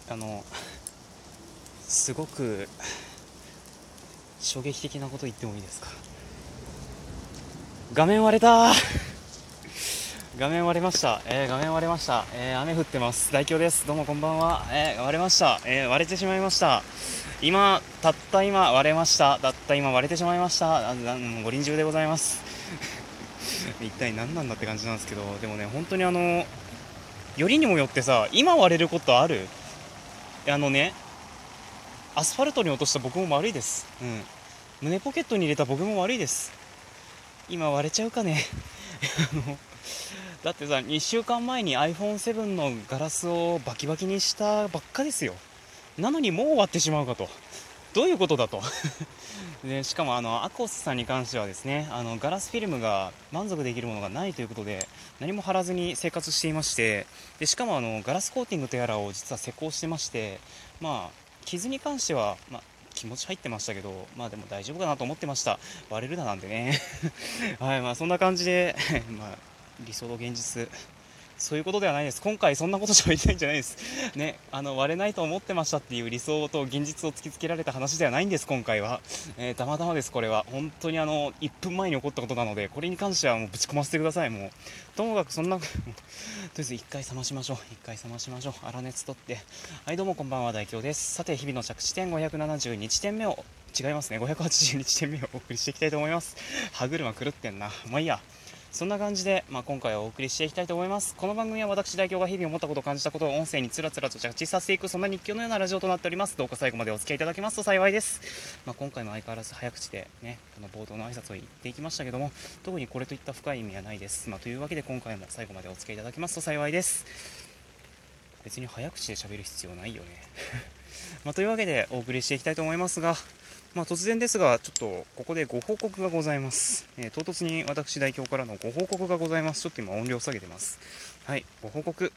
あのすごく衝撃的なこと言ってもいいですか？画面割れた画面割れました、画面割れました、雨降ってます。大京です。どうもこんばんは。割れました、割れてしまいました。たった今割れました。たった今割れてしまいました。ご臨終でございます。一体何なんだって感じなんですけど、でもね本当によりにもよってさ、今割れることある？ね、アスファルトに落とした僕も悪いです。胸ポケットに入れた僕も悪いです。今割れちゃうかね。だってさ、2週間前に iPhone7 のガラスをバキバキにしたばっかですよ。なのにもう割ってしまうかと。どういうことだと。でしかもアコスさんに関してはですね、ガラスフィルムが満足できるものがないということで、何も貼らずに生活していまして、でしかもガラスコーティングとやらを実は施工してまして、傷に関しては、気持ち入ってましたけど、でも大丈夫かなと思ってました。割れるだなんてね。はい、そんな感じで理想と現実、そういうことではないです。今回そんなことしゃべりたいんじゃないですね。割れないと思ってましたっていう理想と現実を突きつけられた話ではないんです、今回は。たまたまです。これは本当に1分前に起こったことなので、これに関してはもうぶち込ませてください。もうともかくそんなとりあえず一回冷ましましょう。粗熱取って。はい、どうもこんばんは、大京です。さて、日々の着地点572地点目を、違いますね、582地点目をお送りしていきたいと思います。歯車狂ってんな。まあいいや。そんな感じで、今回はお送りしていきたいと思います。この番組は私代表が日々思ったことを感じたことを音声につらつらと着地させていく、そんな日記のようなラジオとなっております。どうか最後までお付き合いいただけますと幸いです。今回も相変わらず早口でね、この冒頭の挨拶を言っていきましたけども、特にこれといった深い意味はないです。というわけで今回も最後までお付き合いいただけますと幸いです。別に早口で喋る必要ないよね。というわけでお送りしていきたいと思いますが、突然ですが、ちょっとここでご報告がございます。唐突に私代表からのご報告がございます。ちょっと今音量下げてます。はい、ご報告。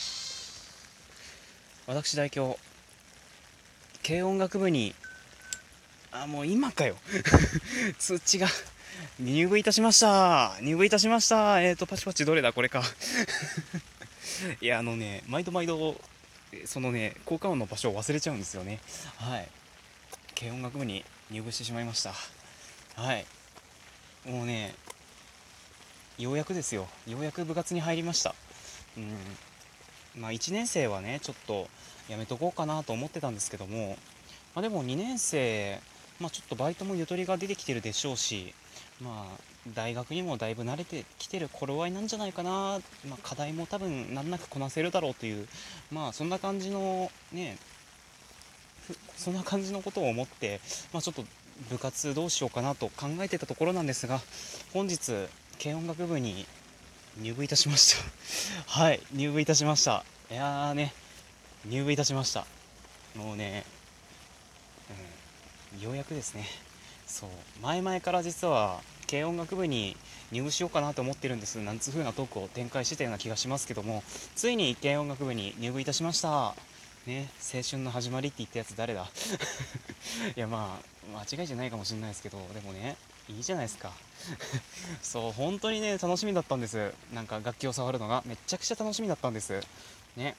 私代表、軽音楽部に、もう今かよ。通知が、入部いたしました。パチパチどれだこれか。いや、毎度毎度、そのね、効果音の場所を忘れちゃうんですよね。はい。軽音楽部に入部してしまいました。はい。もうね、ようやくですよ。ようやく部活に入りました。1年生はね、ちょっとやめとこうかなと思ってたんですけども、でも2年生、ちょっとバイトもゆとりが出てきてるでしょうし、大学にもだいぶ慣れてきてる頃合いなんじゃないかな、課題も多分難なくこなせるだろうという、そんな感じのね、そんな感じのことを思って、ちょっと部活どうしようかなと考えてたところなんですが、本日軽音楽部に入部いたしましたはい、入部いたしました。いやーね、入部いたしました。もうね、ようやくですね。そう、前々から実は軽音楽部に入部しようかなと思ってるんです。なんつう風なトークを展開してたような気がしますけども、ついに軽音楽部に入部いたしましたね。青春の始まりって言ったやつ誰だいや、間違いじゃないかもしれないですけど、でもね、いいじゃないですか。そう、本当にね、楽しみだったんです。なんか楽器を触るのがめっちゃくちゃ楽しみだったんですね。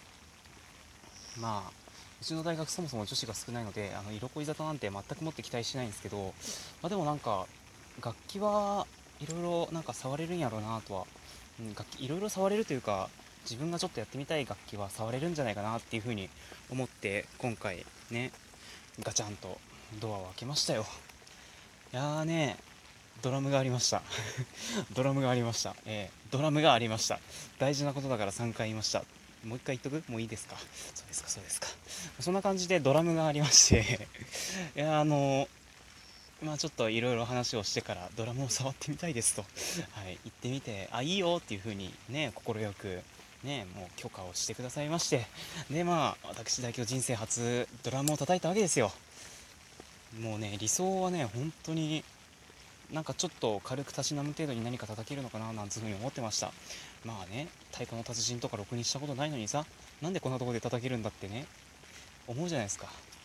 うちの大学そもそも女子が少ないので、色恋沙汰なんて全くもって期待しないんですけど、でもなんか楽器はいろいろなんか触れるんやろうなとは、楽器いろいろ触れるというか、自分がちょっとやってみたい楽器は触れるんじゃないかなっていう風に思って、今回ね、ガチャンとドアを開けましたよ。いやーね、ドラムがありましたドラムがありました、ドラムがありました。大事なことだから3回言いました。もう一回言っとく？もういいですか？そうですか。そんな感じでドラムがありましていやちょっといろいろ話をしてからドラムを触ってみたいですと、はい、言ってみて、いいよっていう風にね、快くね、もう許可をしてくださいまして、で私だけ人生初ドラムを叩いたわけですよ。もうね、理想はね、本当になんかちょっと軽くたしなむ程度に何か叩けるのかななんていうふうに思ってました。太鼓の達人とかろくにしたことないのにさ、なんでこんなところで叩けるんだってね、思うじゃないですか。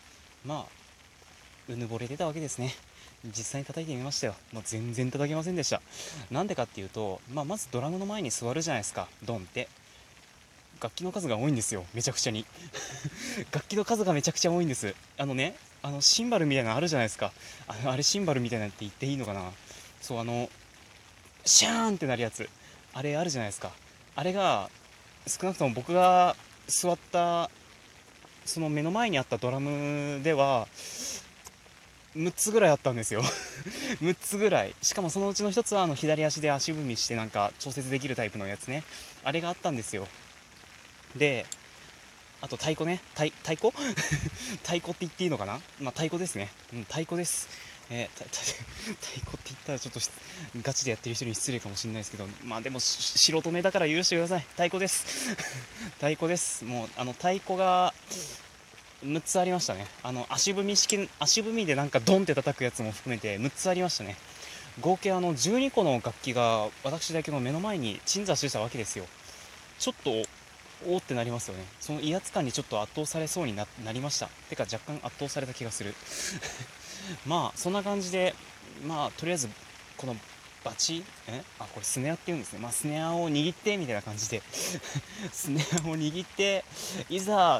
うぬぼれてたわけですね。実際に叩いてみましたよ。全然叩けませんでした。なんでかっていうと、まずドラムの前に座るじゃないですか、ドンって。 楽器の数が多いんですよ、めちゃくちゃに楽器の数がめちゃくちゃ多いんです。シンバルみたいなのあるじゃないですか。あれシンバルみたいなって言っていいのかな。そう、シャーンってなるやつ、あれあるじゃないですか。あれが少なくとも僕が座ったその目の前にあったドラムでは6つぐらいあったんですよ6つぐらい。しかもそのうちの1つは左足で足踏みしてなんか調節できるタイプのやつね、あれがあったんですよ。で、あと太鼓ね、太鼓太鼓って言っていいのかな。まあ太鼓ですね、太鼓です。太鼓って言ったらちょっとガチでやってる人に失礼かもしれないですけど、まあでも素人目だから許してください。太鼓です太鼓です。もう太鼓が6つありましたね。足踏みでなんかドンって叩くやつも含めて6つありましたね。合計12個の楽器が私だけの目の前に鎮座してたわけですよ。ちょっとおーってなりますよね。その威圧感にちょっと圧倒されそうになりました。てか若干圧倒された気がするまあそんな感じで、まあとりあえずこのバチこれスネアって言うんですね。まあスネアを握ってみたいな感じでスネアを握って、いざ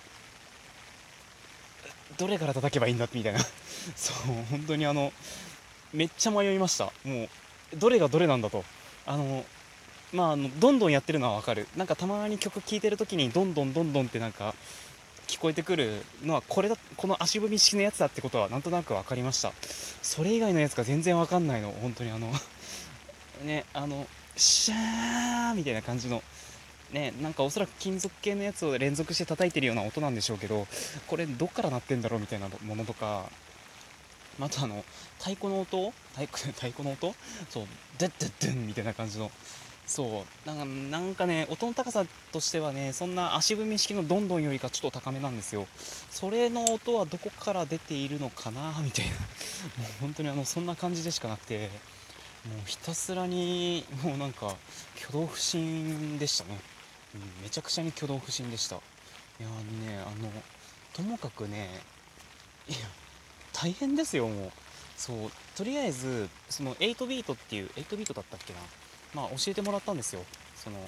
どれから叩けばいいんだみたいなそう本当にめっちゃ迷いました。もうどれがどれなんだと。どんどんやってるのはわかる。なんかたまに曲聴いてる時にどんどんどんどんってなんか聞こえてくるのはこの足踏み式のやつだってことはなんとなく分かりました。それ以外のやつが全然分かんないの、本当にね、シャーみたいな感じのね、なんかおそらく金属系のやつを連続して叩いてるような音なんでしょうけど、これどっから鳴ってんだろうみたいなものとか、あと太鼓の音、太鼓の音、そうデッデッデンみたいな感じの、そうなんかね、音の高さとしてはね、そんな足踏み式のどんどんよりかちょっと高めなんですよ。それの音はどこから出ているのかなみたいなもう本当にそんな感じでしかなくて、もうひたすらにもうなんか挙動不審でしたね。めちゃくちゃに挙動不審でした。いやね、ともかくね、いや大変ですよ。もうそうとりあえずその8ビートっていう8ビートだったっけな、まあ教えてもらったんですよ。その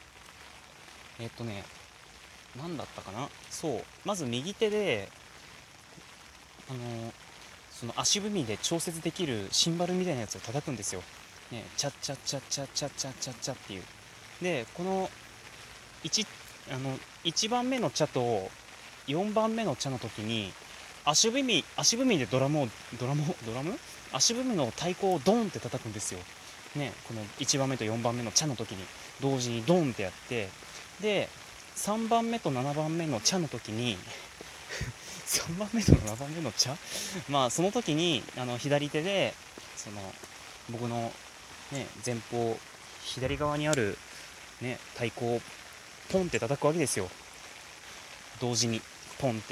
何だったかな。そうまず右手であのその足踏みで調節できるシンバルみたいなやつを叩くんですよ、ね、チャッチャッチャッチャッチャッチャッチャッチャっていう。でこの 1, 1番目の茶と4番目の茶の時に足踏みでドラム足踏みの太鼓をドンって叩くんですよ、ね、この1番目と4番目の茶の時に同時にドンってやって、で3番目と7番目の茶の時に3番目と7番目の茶、まあその時に左手でその僕の、ね、前方左側にある、ね、太鼓をポンって叩くわけですよ。同時にポンって、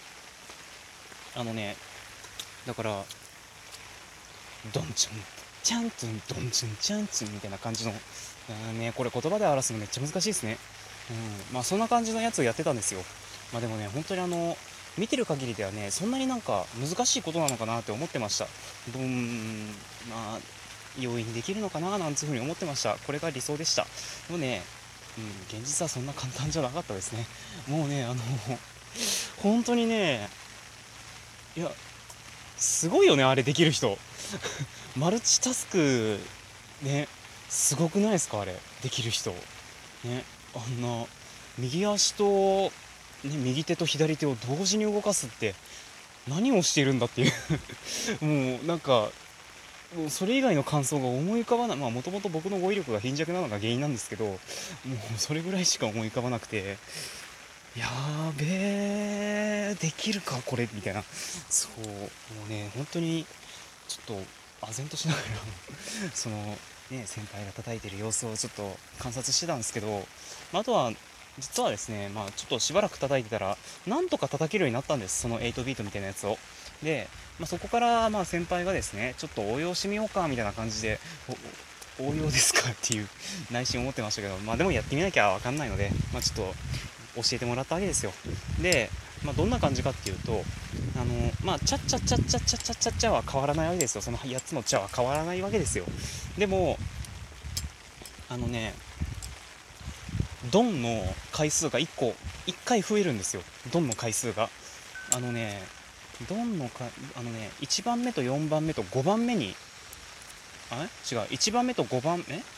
だからドンチュンチャンツンドンチュンチャンツンみたいな感じの、これ言葉で表すのめっちゃ難しいですね。まあそんな感じのやつをやってたんですよ。まあでもね、本当に見てる限りではね、そんなになんか難しいことなのかなって思ってました。まあ容易にできるのかななんていうふうに思ってました。これが理想でした。でもね、現実はそんな簡単じゃなかったですね。もうね、本当にね、いやすごいよね、あれできる人マルチタスクね、すごくないですか、あれできる人ね。あんな右足と、ね、右手と左手を同時に動かすって何をしているんだっていうもうなんか、もうそれ以外の感想が思い浮かばない。まあもともと僕の語彙力が貧弱なのが原因なんですけど、もうそれぐらいしか思い浮かばなくて、やーべえできるかこれみたいな。そうもうね、本当にちょっと唖然としながらそのね、先輩が叩いてる様子をちょっと観察してたんですけど、あとは実はですね、ちょっとしばらく叩いてたらなんとか叩けるようになったんです、その8ビートみたいなやつを。で、そこから先輩がですね、ちょっと応用してみようかみたいな感じで、応用ですかっていう内心思ってましたけど、でもやってみなきゃ分かんないので、ちょっと教えてもらったわけですよ。で、どんな感じかっていうと、チャッチャッチャッチャッチャッチャッチャッチャは変わらないわけですよ。その8つのチャは変わらないわけですよ。でもドンの回数が1回増えるんですよ。ドンの回数があのねドンのか1番目と4番目と5番目に違う1番目と5番目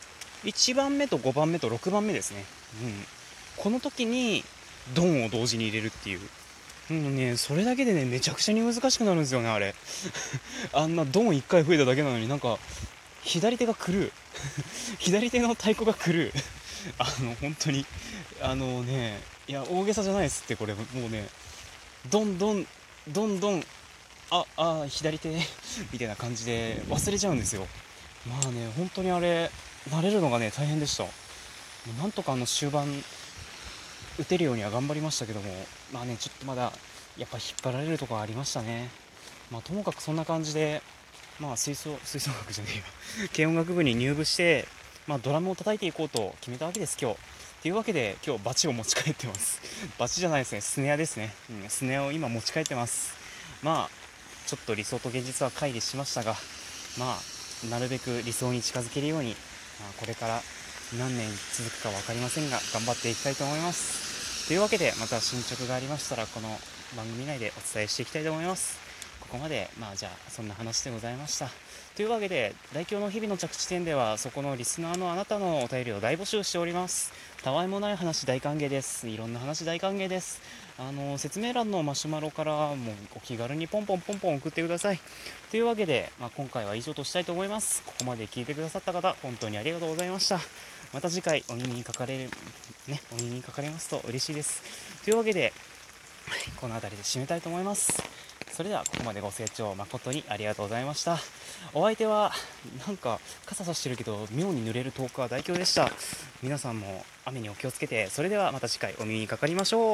1番目と5番目と6番目ですね。この時にドンを同時に入れるっていう。それだけでねめちゃくちゃに難しくなるんですよね、あれ。あんなドン1回増えただけなのに、なんか左手が狂う。左手の太鼓が狂う。本当にいや大げさじゃないですって。これもうね、ドンドンドンドン、左手みたいな感じで忘れちゃうんですよ。本当にあれ慣れるのがね大変でした。なんとか終盤打てるようには頑張りましたけども、ちょっとまだやっぱ引っ張られるところありましたね。ともかくそんな感じで、吹奏楽じゃねえよ軽音楽部に入部して、ドラムを叩いていこうと決めたわけです今日。というわけで今日バチを持ち帰ってます。バチじゃないですね、スネアですね。スネアを今持ち帰ってます。ちょっと理想と現実は乖離しましたが、なるべく理想に近づけるように、これから何年続くか分かりませんが頑張っていきたいと思います。というわけでまた進捗がありましたらこの番組内でお伝えしていきたいと思います。ここまでじゃあそんな話でございました。というわけで代表の日々の着地点ではそこのリスナーのあなたのお便りを大募集しております。たわいもない話大歓迎です。いろんな話大歓迎です。説明欄のマシュマロからもお気軽にポンポンポンポン送ってください。というわけで、今回は以上としたいと思います。ここまで聞いてくださった方本当にありがとうございました。また次回お耳にかかれますと嬉しいです。というわけで、この辺りで締めたいと思います。それではここまでご清聴誠にありがとうございました。お相手はなんか傘さしてるけど妙に濡れるトークは大凶でした。皆さんも雨にお気をつけて。それではまた次回お耳にかかりましょう。